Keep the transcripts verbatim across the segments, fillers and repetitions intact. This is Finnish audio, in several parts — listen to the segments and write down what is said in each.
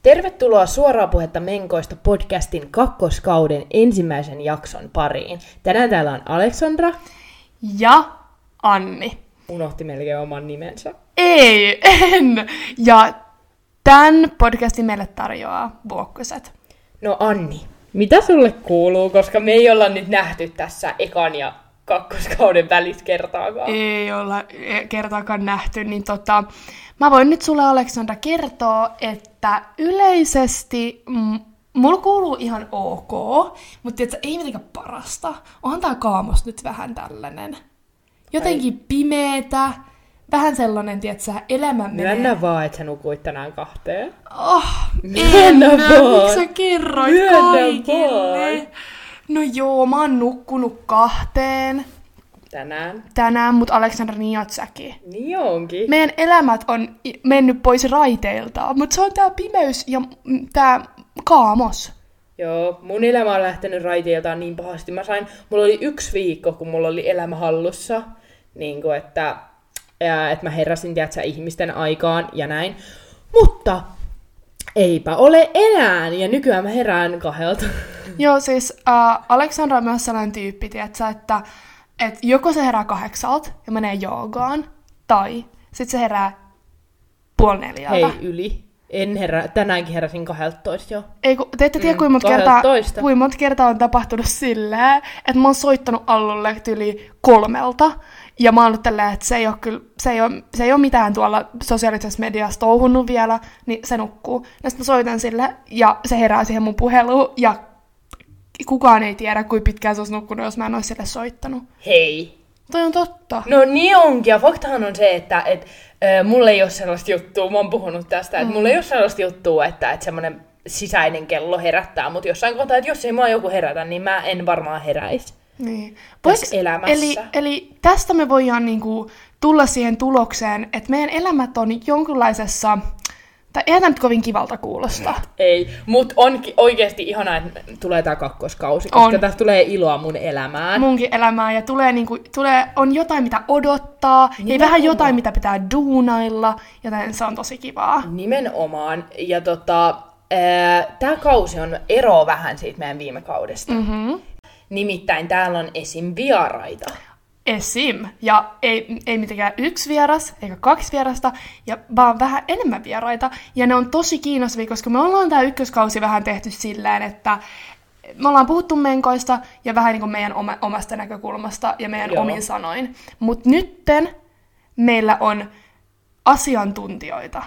Tervetuloa Suoraa puhetta Menkoista podcastin kakkoskauden ensimmäisen jakson pariin. Tänään täällä on Aleksandra. Ja Anni. Unohti melkein oman nimensä. Ei, en. Ja tämän podcastin meille tarjoaa Vuokkoset. No Anni, mitä sulle kuuluu, koska me ei olla nyt nähty tässä ekan ja kakkoskauden välissä kertaakaan. Ei olla kertaakaan nähty, niin tota, mä voin nyt sulle Aleksandra kertoa, että yleisesti m- mulla kuuluu ihan ok, mutta tiiätkö, ei mitenkään parasta. Onhan tää kaamos nyt vähän tällainen. Jotenkin Ai. pimeetä, vähän sellainen, tiiätkö, elämä menee. Myönnä vaan, että sä nukuit tänään kahteen. Oh, en, miksi sä kerroit Myönnä kaikille? Vaan. No joo, mä oon nukkunut kahteen. Tänään. Tänään, mutta Aleksandra, niin oot säkin. Niin onkin. Meidän elämät on mennyt pois raiteiltaan, mutta se on tää pimeys ja tää kaamos. Joo, mun elämä on lähtenyt raiteiltaan niin pahasti. Mä sain, mulla oli yksi viikko, kun mulla oli elämä hallussa, niin kuin että, ja, että mä heräsin, tiedätkö, ihmisten aikaan ja näin. Mutta eipä ole enää, ja nykyään mä herään kahdelta. Joo, siis äh, Aleksandra on myös sellainen tyyppi, tiedätkö, että et joko se herää kahdeksalta ja menee joogaan, tai sit se herää puoli neljältä. Hei, yli. En herää, tänäänkin heräsin kahdeltoista jo. Ei, kun, te ette tiedä, mm, kuinka monta kertaa, kuinka monta kertaa on tapahtunut silleen, että mä oon soittanut Allulle yli kolmelta, ja mä oon ollut tälleen, että se ei ole, kyllä, se ei ole, se ei ole mitään tuolla sosiaalisessa mediassa touhunnut vielä, niin se nukkuu. Ja sitten mä soitan sille, ja se herää siihen mun puheluun, ja kukaan ei tiedä, kuinka pitkään se olisi nukkunut, jos mä en olisi sille soittanut. Hei. Toi on totta. No niin onkin, ja faktahan on se, että et, äh, mulla ei ole sellaista juttua, mä oon puhunut tästä, että mm. mulla ei ole sellaista juttua, että et semmoinen sisäinen kello herättää, mutta jossain kohtaa, että jos ei mua joku herätä, niin mä en varmaan heräisi. Niin. Tässä Voiks, elämässä. Eli, eli tästä me voidaan niinku tulla siihen tulokseen, että meidän elämät on jonkinlaisessa, tai eihän tämä nyt kovin kivalta kuulosta. Ei, mutta on oikeasti ihanaa, että tulee tämä kakkoskausi, koska on. Tästä tulee iloa mun elämään. Munkin elämään, ja tulee, niinku, tulee, on jotain, mitä odottaa, ja vähän jotain, mitä pitää duunailla, joten se on tosi kivaa. Nimenomaan, ja tota, tämä kausi on ero vähän siitä meidän viime kaudesta. Mm-hmm. Nimittäin täällä on esim. Vieraita. Esim. Ja ei, ei mitenkään yksi vieras, eikä kaksi vierasta, ja vaan vähän enemmän vieraita. Ja ne on tosi kiinnostavia, koska me ollaan tää ykköskausi vähän tehty silleen, että me ollaan puhuttu menkoista ja vähän niin kuin meidän oma, omasta näkökulmasta ja meidän Joo. omin sanoin. Mutta nytten meillä on asiantuntijoita.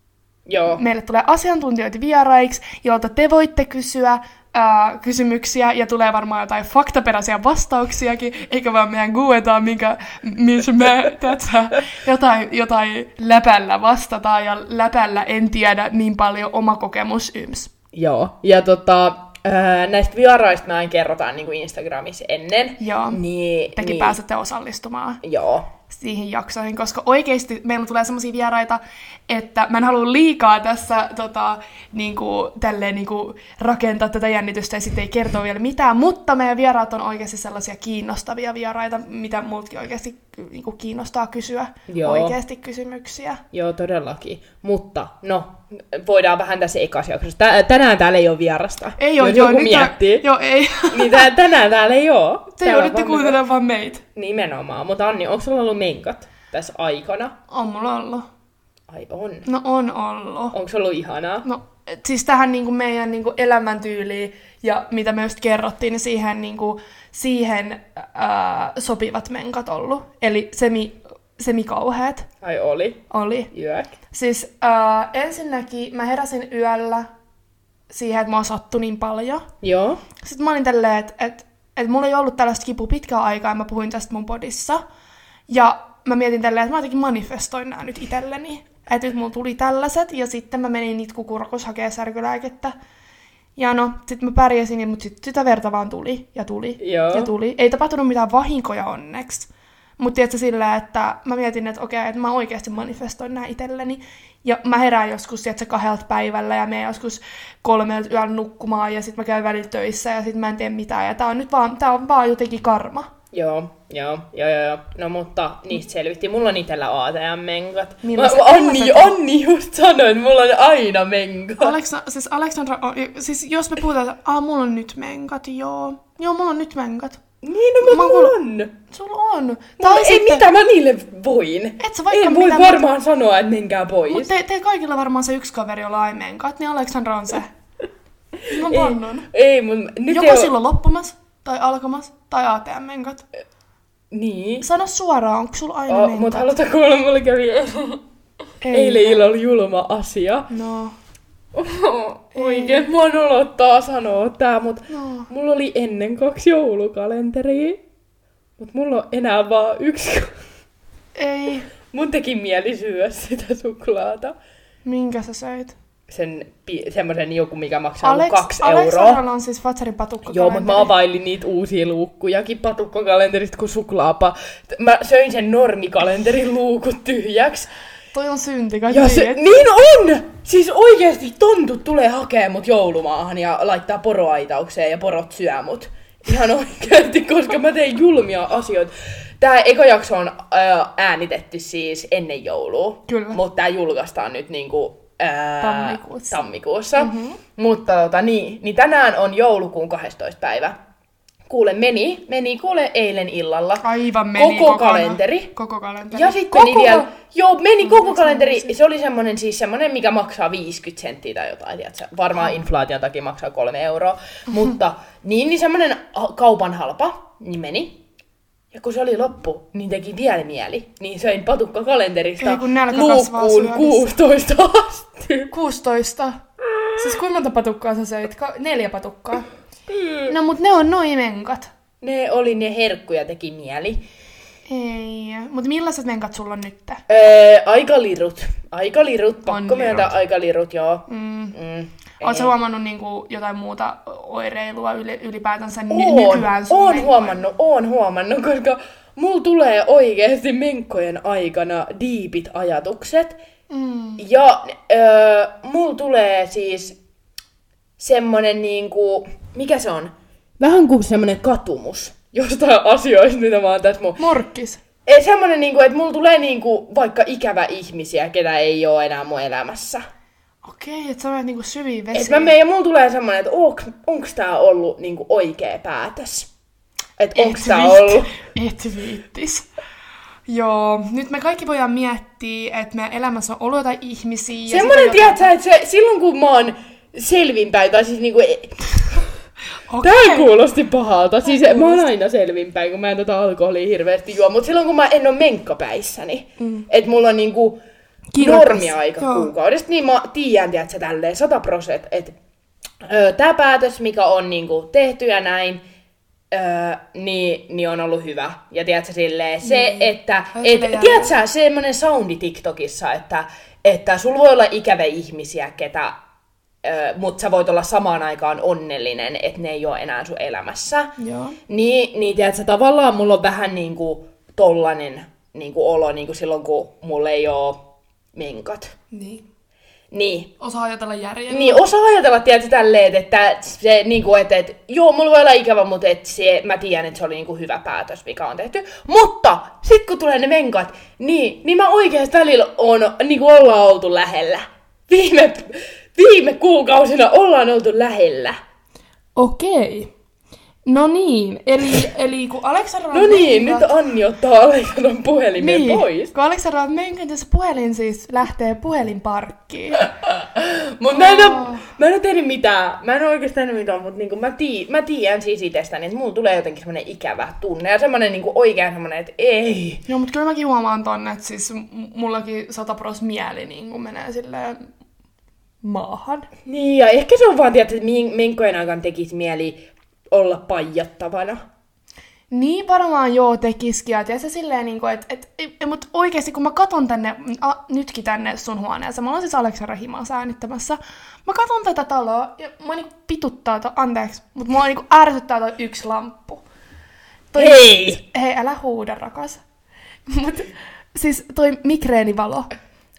Joo. Meille tulee asiantuntijoita vieraiksi, joilta te voitte kysyä ää, kysymyksiä, ja tulee varmaan jotain faktaperäisiä vastauksiakin, eikä vaan meidän guetaan, minkä, missä me tätsä, jotain, jotain läpällä vastataan, ja läpällä en tiedä niin paljon oma kokemus yms. Joo, ja tota, ää, näistä vieraista me aina kerrotaan niin kuin Instagramissa ennen. Joo, niin, tekin niin, pääsette osallistumaan. Joo. Siihen jaksoihin, koska oikeasti meillä tulee semmosia vieraita, että mä en halua liikaa tässä tota, niinku, tälleen, niinku, rakentaa tätä jännitystä ja sitten ei kertoa vielä mitään, mutta meidän vieraat on oikeasti sellaisia kiinnostavia vieraita, mitä multakin oikeasti niinku, kiinnostaa kysyä Joo. oikeasti kysymyksiä. Joo, todellakin. Mutta, no, voidaan vähän tässä ekassa jaksossa. Tä- tänään täällä ei ole vierasta. Ei ole, jos joo. joku Nyt miettii. On, joo, ei. Niin tä- tänään täällä ei ole. Te joudutte kuuntelemaan vaan meitä. Nimenomaan. Mutta Anni, onko sulla ollut menkat tässä aikana? On mulla ollut. Ai on? No on ollut. Onko se ollut ihanaa? No siis tähän niin kuin meidän niin kuin elämäntyyliin ja mitä me just kerrottiin, niin siihen, niin kuin, siihen ää, sopivat menkat ollut. Eli semi, semikauheat. Ai oli? Oli. Jyök. Siis ää, ensinnäkin mä heräsin yöllä siihen, että mä oon sattu niin paljon. Joo. Sitten mä olin tälleen, että et, et mulla ei ollut tällaista kipua pitkään aikaa, ja mä puhuin tästä mun podissa. Ja mä mietin tälleen, että mä jotenkin manifestoin nää nyt itselleni. Että nyt mulla tuli tällaiset, ja sitten mä menin nitkukurkus hakemaan särkylääkettä. Ja no, sit mä pärjäsin, mutta sit sitä verta vaan tuli, ja tuli, Joo. ja tuli. Ei tapahtunut mitään vahinkoja onneksi. Mutta tiedätkö silleen, että mä mietin, että okei, että mä oikeasti manifestoin nää itselleni. Ja mä herään joskus, tiedätkö, kahdelta päivällä, ja menen joskus kolmelta yöllä nukkumaan, ja sit mä käyn välillä töissä, ja sit mä en tee mitään. Ja tää on nyt vaan, tää on vaan jotenkin karma. Joo, joo, joo, joo, joo. No mutta niistä selvittiin. Mulla on itellä A T M-menkat. Mä, Millaiset- Anni, millaiset- Anni just sanoi, että mulla on aina menkat. Aleksa, siis Aleksandra, on- siis jos me puhutaan, että aah, mulla on nyt menkat, joo. Joo, mulla on nyt menkat. Niin, no mutta Mä mulla kuul- on. Sulla on. Mulla, Tai ei sitten- mitä mä niille voin. Et sä vaikka en voi mitä- varmaan sanoa, että menkää pois. Mut te, te kaikilla varmaan se yksi kaveri, jolla ei menkat, niin Aleksandra on se. Mä ei, vannon. ei, mun nyt Joko ei oo- silloin loppumassa, tai alkamassa, tai A T M-menkat. Niin. Sano suoraan, onko sulla aina Oh, menkat? mutta halutaan kuulla, mulla kävi Ei. eilen illalla julma asia. No. Oikein, mua nolottaa sanoa tää, mut No. mulla oli ennen kaksi joulukalenteria. Mut mulla on enää vaan yksi. Ei. Mun teki mieli syödä sitä suklaata. Minkä sä söit? Sen pi- semmosen joku, mikä maksaa Alex, Alex, kaksi euroa. Aleksandralla on siis Fatsarin patukkakalenteri. Joo, mutta mä availin niitä uusia luukkujakin patukkakalenterista kuin suklaapa. Mä söin sen normikalenterin luukut tyhjäksi. Toi on synti, kaikki Ja se, tiedät. niin on! Siis oikeesti tontut tulee hakea mut joulumaahan ja laittaa poroaitaukseen ja porot syö mut. Ihan oikeesti, koska mä tein julmia asioita. Tää eka jakso on ää, äänitetty siis ennen joulua. Kyllä. Mutta tää julkaistaan nyt niinku ää, Tammikuussa. tammikuussa. Mm-hmm. Mutta tota, niin, niin tänään on joulukuun kahdestoista päivä. Kuule, meni, meni kuule eilen illalla. Aivan meni Koko kokonaan. kalenteri. Koko kalenteri. Ja sitten koko meni vielä, joo, meni koko Miten kalenteri, sanoisin? se oli semmonen siis semmonen, mikä maksaa viisikymmentä senttiä tai jotain, tiiätkö? Varmaan inflaation takia maksaa kolme euroa, mutta niin, niin semmonen ha- kaupan halpa, niin meni. Ja kun se oli loppu, niin teki vielä mieli, niin söin patukkakalenterista Ei, kun nälkä kasvaa luukkuun syödessä. kuusitoista asti. kuusitoista. Siis kuinka monta patukkaa sä söit? Ka- neljä patukkaa. Mm. No mut ne on noin menkat. Ne oli ne herkkuja, teki mieli. Ei. Mut millaiset menkat sulla on nyt? Öö, aikalirut. Aikalirut, pakko Onnirut. myöntää aikalirut, joo. Mm. Mm. Oletko sä Ei. huomannut niinku jotain muuta oireilua yli, ylipäätänsä ny- Oon, nykyään sun oon menkoilla? huomannut, oon huomannut, koska mulla tulee oikeesti menkkojen aikana diipit ajatukset. Mm. Ja öö, mulla tulee siis semmonen niinku, mikä se on? Vähän kuin semmonen katumus jostain asioista, mitä mä oon tässä mun... Morkkis. Ei, semmonen niinku, että mulla tulee niinku vaikka ikävä ihmisiä, ketä ei oo enää mun elämässä. Okei, että sä menet niinku syviin Et vesiin. mä menen ja mulla tulee semmonen, että onks, onks tää ollut niinku oikea päätös? Että onks Et tää viitti- ollut... Et viittis. Joo, nyt me kaikki voidaan miettiä, että meidän elämässä on ollut jotain ihmisiä. ja Semmonen, sitten jotain- tiedätkö, että se, silloin kun mä oon selvinpäin, tai siis niinku... Okei. Tää kuulosti pahalta. Siis mä oon aina selvinpäin, kun mä en tota alkoholia hirveästi juo. Mut silloin kun mä en oo menkkapäissäni, mm. että mulla on niinku Kirkas. normiaika Joo. kuukaudesta, niin mä tiedän, tiedätkö, tälleen sata prosenttia, että ö, tää päätös, mikä on niinku tehty ja näin, Öö, niin, niin on ollut hyvä. Ja tiedätkö silleen, se, Niin. että, Ai, et, kyllä tiedätkö, semmonen soundi TikTokissa, että, että sulla voi olla ikävä ihmisiä, ketä, öö, mutta sä voit olla samaan aikaan onnellinen, että ne ei ole enää sun elämässä. Joo. Niin, niin tiedätkö, tavallaan mulla on vähän niinku tollanen niinku olo niinku silloin, kun mulla ei oo menkat. Niin. Niin. Osaa ajatella järjellä. Niin, osaa ajatella, tiedätkö, tälleen, että se, niinku, että, että joo, mulla voi olla ikävä, mutta että se, mä tiedän, että se oli niinku hyvä päätös, mikä on tehty. Mutta sit kun tulee ne menkat, niin, niin mä oikeasti välillä on, niinku ollaan oltu lähellä. Viime, viime kuukausina ollaan oltu lähellä. Okei. No niin, eli, eli kun Aleksandra No niin, nyt Anni ottaa Aleksandan puhelimen niin, pois. kun Aleksandra on mennyt, jos puhelin siis lähtee puhelinparkkiin. Mut mä en, oo, mä en oo tehnyt mitään. Mä en oo oikeesti tehnyt mitään, mutta niinku mä, tii, mä tiedän siis itsestäni, että mulla tulee jotenkin semmonen ikävä tunne. Ja semmonen niinku oikein semmonen, että ei. Joo, mutta kyllä mäkin huomaan tonne, että siis m- mullakin satapros mieli niin kun menee silleen maahan. Niin, ja ehkä se on vaan, tiedät, että min- menkkojen aikaan tekisi mieli olla paijattavana. Niin varmaan joo tekisikin, ja tiedätkö silleen niinku, että et, et, mut oikeesti kun mä katon tänne, a, nytkin tänne sun huoneessa, mä oon siis Aleksandra himaa äänittämässä, mä katon tätä taloa, ja mua niinku pituttaa, to, anteeksi, mut mua niinku ärsyttää toi yksi lamppu. Toi, Hei! Hei, älä huuda, rakas. Mut siis toi migreenivalo.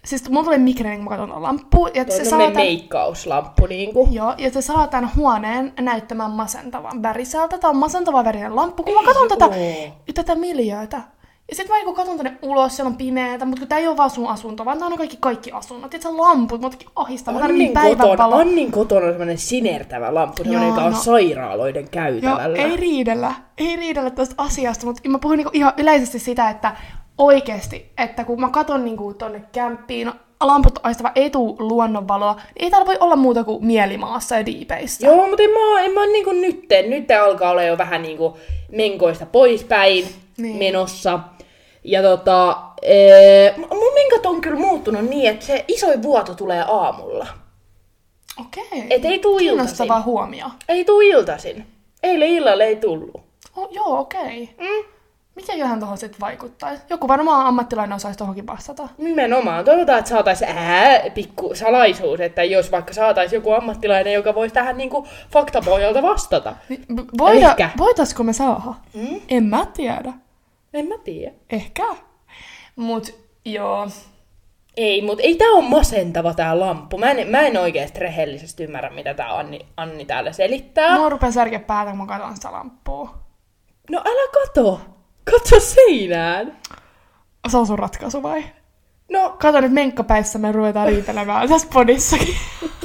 siis mulla tulee migreeni, kun mä katson lamppua. Ja Toi se on saa tämän... tämän... meikkauslamppu niinku. Joo, ja se saa tämän huoneen näyttämään masentavan väriseltä. Tää on masentava värinen lamppu, kun mä katson tätä, tätä miljöötä. Ja sit mä niinku katon tänne ulos, siellä on pimeätä, mutta kun tää ei oo vaan sun asunto, vaan tää on kaikki kaikki asunnot. Ja sä lamput, mä oonkin ahistaa, mä tarvitsen päivänpalo. Annin kotona on semmonen sinertävä lamppu, semmonen, joka on no, sairaaloiden käytävällä. Joo, ei riidellä, ei riidellä tästä asiasta, mutta mä puhun niinku ihan yleisesti sitä, että oikeesti, että kun mä katon niinku tonne kämppiin, lamput aistava ei tuu luonnonvaloa, niin ei täällä voi olla muuta kuin mielimaassa ja diipeissä. Joo, mutta en mä, en mä niinku nytten, nyt alkaa olla jo vähän niinku menkoista poispäin niin. menossa. Ja tota, ee, mun menkat on kyllä muuttunut niin, että se isoin vuoto tulee aamulla. Okei. Et ei tuu iltaisin. Kiinnostava huomio. Ei tuu iltaisin. Eilen illalla ei tullut. Oh, joo, okei. Mm. Mikäköhän tohon sit vaikuttaa? Joku varmaan ammattilainen osaisi tohonkin vastata. Nimenomaan. Toivotaan, että saataisiin ää, pikku salaisuus, että jos vaikka saataisiin joku ammattilainen, joka voisi tähän niinku faktapohjalta vastata. Voida, voitaisko me saada? Mm? En mä tiedä. En mä tiedä. Ehkä. Mut joo. Ei, mut ei tää on masentava tää lamppu. Mä en, mä en oikeesti rehellisesti ymmärrä, mitä tää Anni, Anni täällä selittää. Mä rupean särkeä päätä, kun mä katson sitä lamppua. No älä kato. Katso seinään. Se on sun ratkaisu vai? No. Kato nyt menkkapäissä, me ruvetaan riitelemään tässä podissakin.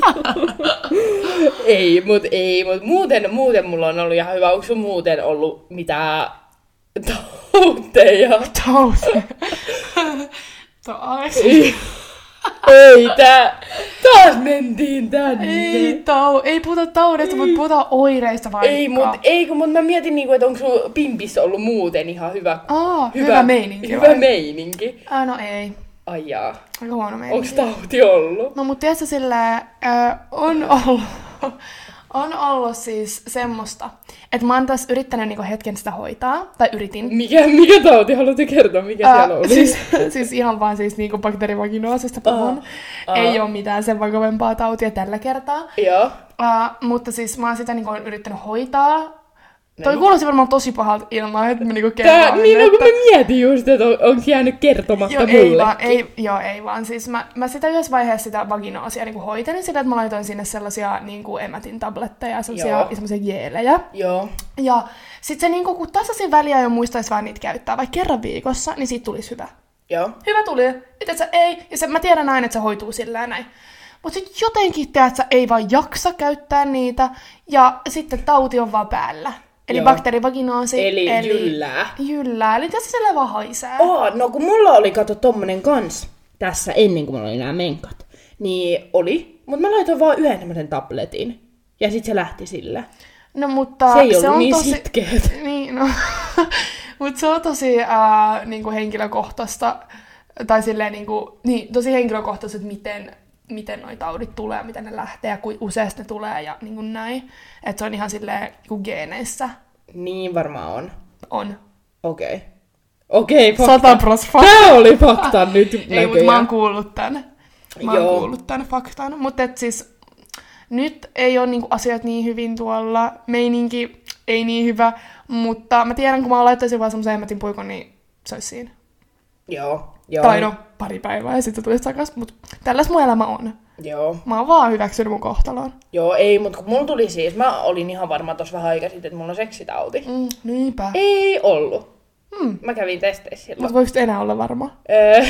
ei, mut ei, mut muuten, muuten mulla on ollut ihan hyvä. Onko sun muuten ollut mitään tauteja? Tauteja? Tuo Aleksi. Ei, ei tää. Taas mentiin tänne. Ei, tau, ei puhuta taudesta, mutta puhutaan oireista vaikka. Ei, mut, ei kun mut mä mietin niinku, että onko sun pimpissä ollut muuten ihan hyvä. Aa, hyvä, hyvä meininki. Hyvä vai? meininki. Ää, no ei. Ai jaa. Aika huono meininki. Onks tauti ollut? No mut tiedätkö silleen, äh, on ollut, on ollut siis semmoista, että mä oon tässä yrittänyt niinku hetken sitä hoitaa, tai yritin. Mikä, mikä tauti? Haluatte kertoa, mikä äh, siellä oli? Siis, siis ihan vaan siis niinku bakteerivaginoosista puhun. Uh, uh. Ei oo mitään sen vakavempaa tautia tällä kertaa. Joo. Uh, mutta siis mä oon sitä niinku yrittänyt hoitaa. Toi kuulosti varmaan tosi pahalta ilman, että mä niinku kerroin. Niin, no kun mä mietin just, että on, onko jäänyt kertomatta joo, mullekin. Ei vaan, ei, joo, ei vaan. Siis mä, mä sitä yhdessä vaiheessa sitä vaginoosia niinku hoitelin sillä, että mä laitoin sinne sellaisia niinku emätin tabletteja, sellaisia sellaisia jeelejä. Joo. Ja sit se niinku, kun tasaisin väliä jo muistaisi vaan niitä käyttää, vaikka kerran viikossa, niin siitä tulisi hyvä. Joo. Hyvä tuli. Et sä ei, ja se, mä tiedän aina, että se hoituu sillä näin. Mut sit jotenkin, teet sä ei vaan jaksa käyttää niitä, ja sitten tauti on vaan päällä. Eli bakteerivaginoosi. Eli, eli jyllää. Jyllää. Eli tässä se vaan haisee. Oh, no kun mulla oli, kato, tommonen kans tässä ennen kuin mulla oli nämä menkat. Niin oli. Mutta mä laitoin vaan yhden semmosen tabletin. Ja sit se lähti sillä. No mutta se ei ollut se on niin tosi... sitkeet. Niin, no. Mutta se on tosi äh, niinku henkilökohtaista. Tai silleen niinku, niin, tosi henkilökohtaista, että miten... miten noi taudit tulee, miten ne lähtee ja kuin useasti ne tulee ja niin kuin näin. Että se on ihan silleen kuin geeneissä. Niin varmaan on. On. Okei. Okay. Okei, okay, Sata pros fakta. Tää oli fakta nyt näköjään. Ei, mutta mä oon kuullut tän. Mä oon Joo. kuullut tän faktan. Mutta et siis nyt ei ole niinku asiat niin hyvin tuolla. Meininki ei niin hyvä. Mutta mä tiedän, kun mä laittaisin vaan semmosen emmetin puikon, niin se olisi siinä. Joo. Joo. Tai no, pari päivää ja sitten tulisi takas, mutta tälläs mun elämä on. Joo. Mä oon vaan hyväksynyt mun kohtaloon. Joo, ei, mutta kun mulla tuli siis, mä olin ihan varma tossa vähän aikaa sitten, että mulla on seksitauti. Mm, niinpä. Ei ollut. Mm. Mä kävin testeissä silloin. Mutta voiko enää olla varma? Öö.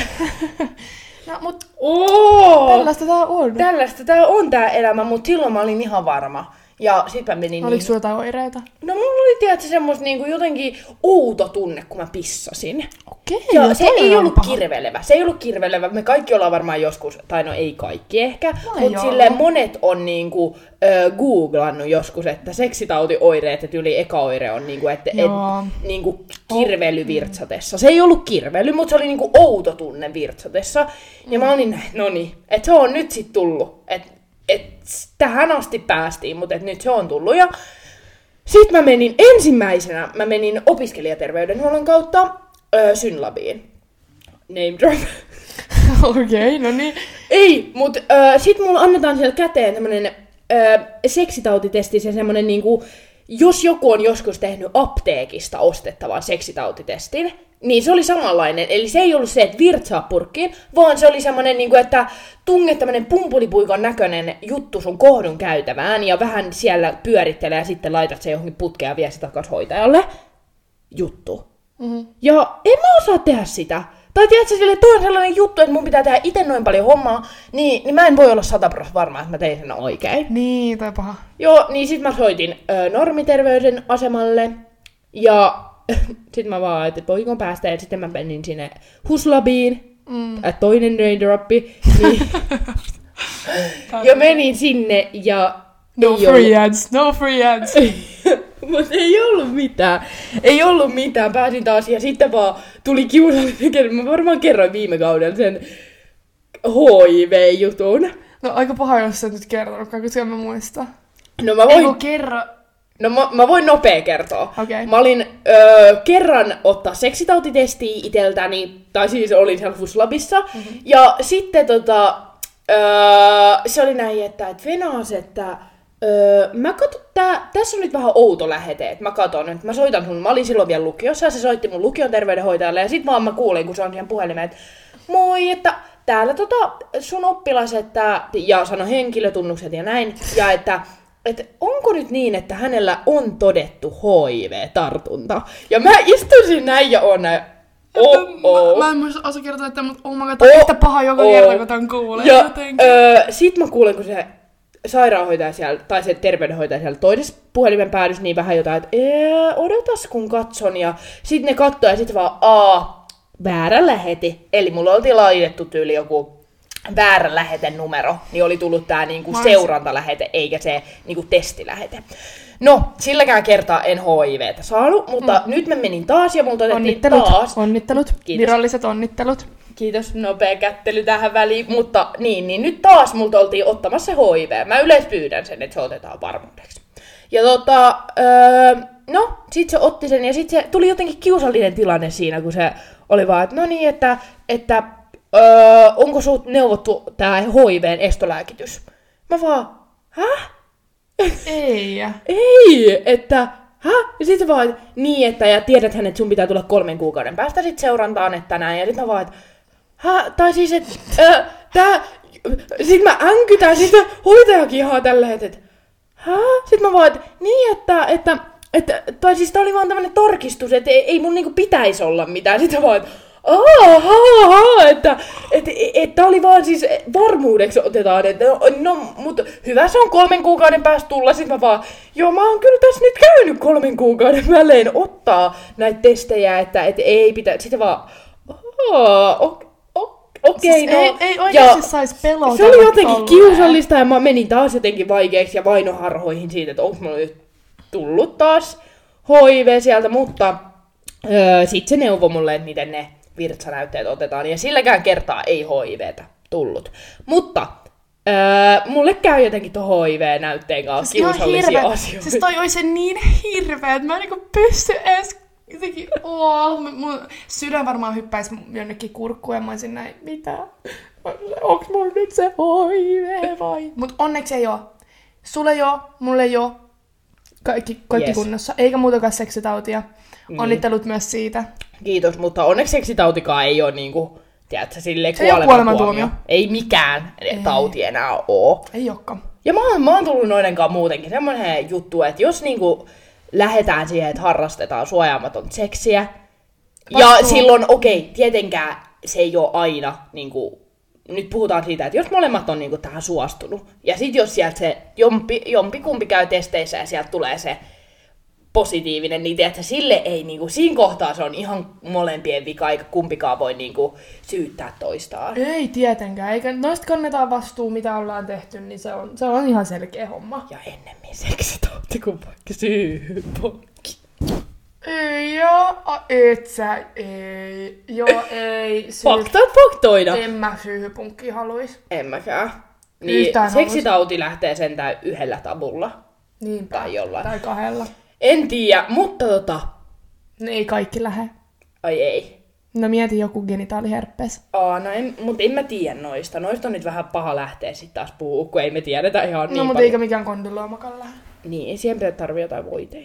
No, mut Oo! tällaista tää on. Tällaista tää on tää elämä, mutta silloin mä olin ihan varma. Ja sit mä menin Oliko niin... sulla jotain oireita? No mulla oli tiedätkö semmoista niinku jotenkin outo tunne, kun mä pissasin. Okei, ja no se ei ollut paha. kirvelevä. Se ei ollut kirvelevä. Me kaikki ollaan varmaan joskus, tai no ei kaikki ehkä, no mutta silleen monet on niinku äh, googlannut joskus, että seksitautioireet, että yli eka oire on niinku, että et, niinku kirvely virtsatessa. Se ei ollut kirvely, mutta se oli niinku outo tunne virtsatessa. Ja mä olin näin, no niin, että se on nyt sit tullut. Että et tähän asti päästiin, mutta et nyt se on tullut. Ja sit mä menin ensimmäisenä, mä menin opiskelijaterveydenhuollon kautta öö, Synlabiin. Name drop. Okei, okay, no niin. Ei, mut öö, sit mulla annetaan siellä käteen tämmönen öö, seksitautitesti, se semmonen niinku, jos joku on joskus tehnyt apteekista ostettavan seksitautitestin, Niin se oli samanlainen. Eli se ei ollut se, että virtsaa purkkiin, vaan se oli semmoinen, niin kuin, että tunget tämmönen pumpulipuikon näköinen juttu sun kohdun käytävään ja vähän siellä pyörittelee ja sitten laitat se johonkin putkeen ja vie se takas hoitajalle. Juttu. Mm-hmm. Ja en mä osaa tehdä sitä. Tai tiedätkö sille, että toi on sellainen juttu, että mun pitää tehdä itse noin paljon hommaa, niin, niin mä en voi olla sata prosenttia varma, että mä tein sen oikein. Niin, toi paha. Joo, niin sit mä soitin ö, normiterveyden asemalle ja sit mä vaan, että voinko päästä, ja sitten mä menin sinne Huslabiin, mm. äh, toinen raindroppi, niin ja menin sinne ja no free ollut... ads, no free ads. Mutta ei ollut mitään. Ei ollut mitään. Pääsin taas ja sitten vaan tuli kiusallinen. Mä varmaan kerroin viime kaudella sen H I V-jutun. No aika paha, jos sä nyt kertonut, koska mä muista. No mä voin... Eiku kerro... No mä, mä voin nopea kertoa. Okay. Mä olin öö, kerran ottaa seksitautitestiä iteltäni, tai siis olin siellä Fuslabissa. Mm-hmm. Ja sitten tota, öö, se oli näin, että et Venas, että öö, mä katson, tää, tässä on nyt vähän outo lähete, että mä katon, että mä soitan sun, mä olin silloin vielä lukiossa, ja se soitti mun lukion terveydenhoitajalle, ja sit vaan mä kuulin, kun se on siihen puhelimeen, että moi, että täällä tota sun oppilas, että, ja sano henkilötunnukset ja näin, ja että että onko nyt niin, että hänellä on todettu H I V-tartunta? Ja mä istuisin näin ja on näin. Oh, oh. Mä, mä en muista osa kertoa, että oh my god, on yhtä paha joka oh. kerta, kun tämän kuulee. Ja öö, sit mä kuulen, kun se sairaanhoitaja siellä, tai se terveydenhoitaja siellä toisessa puhelimen päädys niin vähän jotain, että odotas kun katson. Ja sit ne katsoo ja sit vaan, aa, väärä lähete. Eli mulla oltiin laitettu tyyli joku väärä lähetenumero, niin oli tullut tää niinku seurantalähete, eikä se niinku testilähete. No, silläkään kertaa en H I V:tä saanut, mutta mm. nyt mä menin taas ja multa otettiin onnittelut, taas. Onnittelut, Kiitos. Viralliset onnittelut. Kiitos, nopea kättely tähän väliin, mutta niin, niin nyt taas multa oltiin ottamassa H I V. Mä yleensä pyydän sen, että se otetaan varmuudeksi. Ja tota, öö, no, sit se otti sen ja sit se tuli jotenkin kiusallinen tilanne siinä, kun se oli vaan, että no niin, että, että Öö, onko sut neuvottu tää H I V:n estolääkitys? Mä vaan, häh? Ei. Ei, että, häh? Ja sit vaan, niin, että, ja tiedäthän, että sun pitää tulla kolmen kuukauden päästä sit seurantaan, että näin. Ja sit mä vaan, että, häh? Tai siis, että, äh, tää, sit mä änkytän, sit hoitajakin ihan tälleen, että, häh? Sit mä vaan, että, niin, että, että, että, tai siis tää oli vaan tämmönen tarkistus, että ei, ei mun niinku pitäisi olla mitään. Sit mä vaan, että, Aha, että että että oli vaan siis varmuudeksi otetaan, että no, no mutta hyvä se on kolmen kuukauden päästä tulla, sit mä vaan, joo mä oon kyllä tässä nyt käynyt kolmen kuukauden välein ottaa näitä testejä, että et ei pitää, sitten vaan, okei, okay, siis no. Ei, ei oikeesti sais pelotella. Se oli jotenkin kiusallista ja mä menin taas jotenkin vaikeaksi ja vainoharhoihin siitä, että onko mulla nyt tullut taas H I V sieltä, mutta öö, sit se neuvoi mulle, että miten ne virtsanäytteet otetaan, ja silläkään kertaa ei H I V:tä tullut. Mutta öö, mulle käy jotenkin tuon H I V-näytteen kanssa siis kiusallisia asioita. Siis toi olisi niin hirveä, että mä en niinku pysty edes jotenkin, oh, mun sydän varmaan hyppäisi jonnekin kurkkuun, ja mä olisin näin, mitä? Onks mulla nyt se H I V vai? Mut onneksi ei oo. Sulle joo, mulle joo. Kaikki, kaikki yes. kunnossa, eikä muutakaan seksitautia. Niin. Onnittelut myös siitä. Kiitos, mutta onneksi seksitautikaan ei ole niinku, tiedätkö, silleen kuolemantuomio. Ei mikään ei. Tauti enää oo. Ei olekaan. Ja mä oon, mä oon tullut noidenkaan muutenkin semmoinen juttu, että jos niinku lähdetään siihen, että harrastetaan suojaamaton seksiä, Vastuu. ja silloin, okei, okay, tietenkään se ei ole aina, niinku, nyt puhutaan siitä, että jos molemmat on niinku tähän suostunut, ja sit jos sieltä se jompi, jompikumpi käy testeissä ja sieltä tulee se positiivinen, niin tiedätkö, sille ei niinku, siinä kohtaa se on ihan molempien vika, eikä kumpikaan voi niinku syyttää toistaan. Ei tietenkään, eikä noista kannetaan vastuu, mitä ollaan tehty, niin se on, se on ihan selkeä homma. Ja ennemmin seksitauti kuin vaikka syyhyponkki. Ei joo, et sä, ei, joo ei. Syy... Faktat faktoina. En mä syyhypunkkiin haluis. En mäkään. Niin, yhtään seksitauti haluis. Lähtee sentään yhdellä tabulla. Niinpä, tai jollain. Tai kahdella. En tiedä, mutta tota... Ne ei kaikki lähe. Ai ei. No mieti joku genitaaliherpes. Aa, no en, mutta en mä tiedä noista. Noista on nyt vähän paha lähteä sit taas puhua, kun ei me tiedetä ihan no, niin No, mutta paljon. eikä mikään kondyloomakaan lähe. Niin, siihen pitää tarvii jotain voiteita.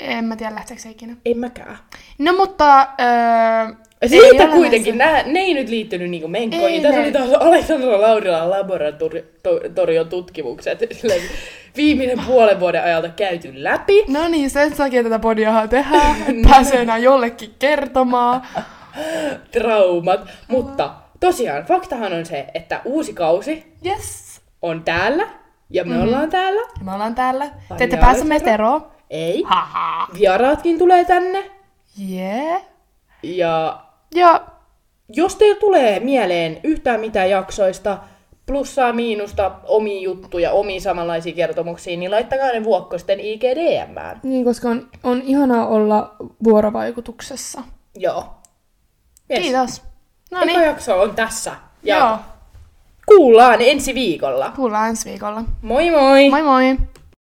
En mä tiedä, lähteekö se ikinä. En mäkään. No mutta... Öö, Siitä kuitenkin, nää, ne ei nyt liittynyt niinku menkkoihin. Tässä oli taas Aleksandra Laurilan laboratorion tutkimukset. Viimeinen puolen vuoden ajalta käyty läpi. No niin, sen takia tätä podiahan tehdään. Pääsee enää jollekin kertomaan. Traumat. Mutta tosiaan, faktahan on se, että uusi kausi yes. on täällä. Ja me mm-hmm. ollaan täällä. Ja me ollaan täällä. Te ette pääse meistä eroon. Ei. Haha. Vieraatkin tulee tänne. Yeah. Ja, ja jos teillä tulee mieleen yhtään mitään jaksoista, plussaa, miinusta, omia juttuja, omia samanlaisia kertomuksia, niin laittakaa ne vuokkosten I G D M:ään. Niin, koska on, on ihanaa olla vuorovaikutuksessa. Joo. Yes. Kiitos. No Eka niin. jakso on tässä. Ja Joo. kuullaan ensi viikolla. Kuullaan ensi viikolla. Moi moi! Moi moi!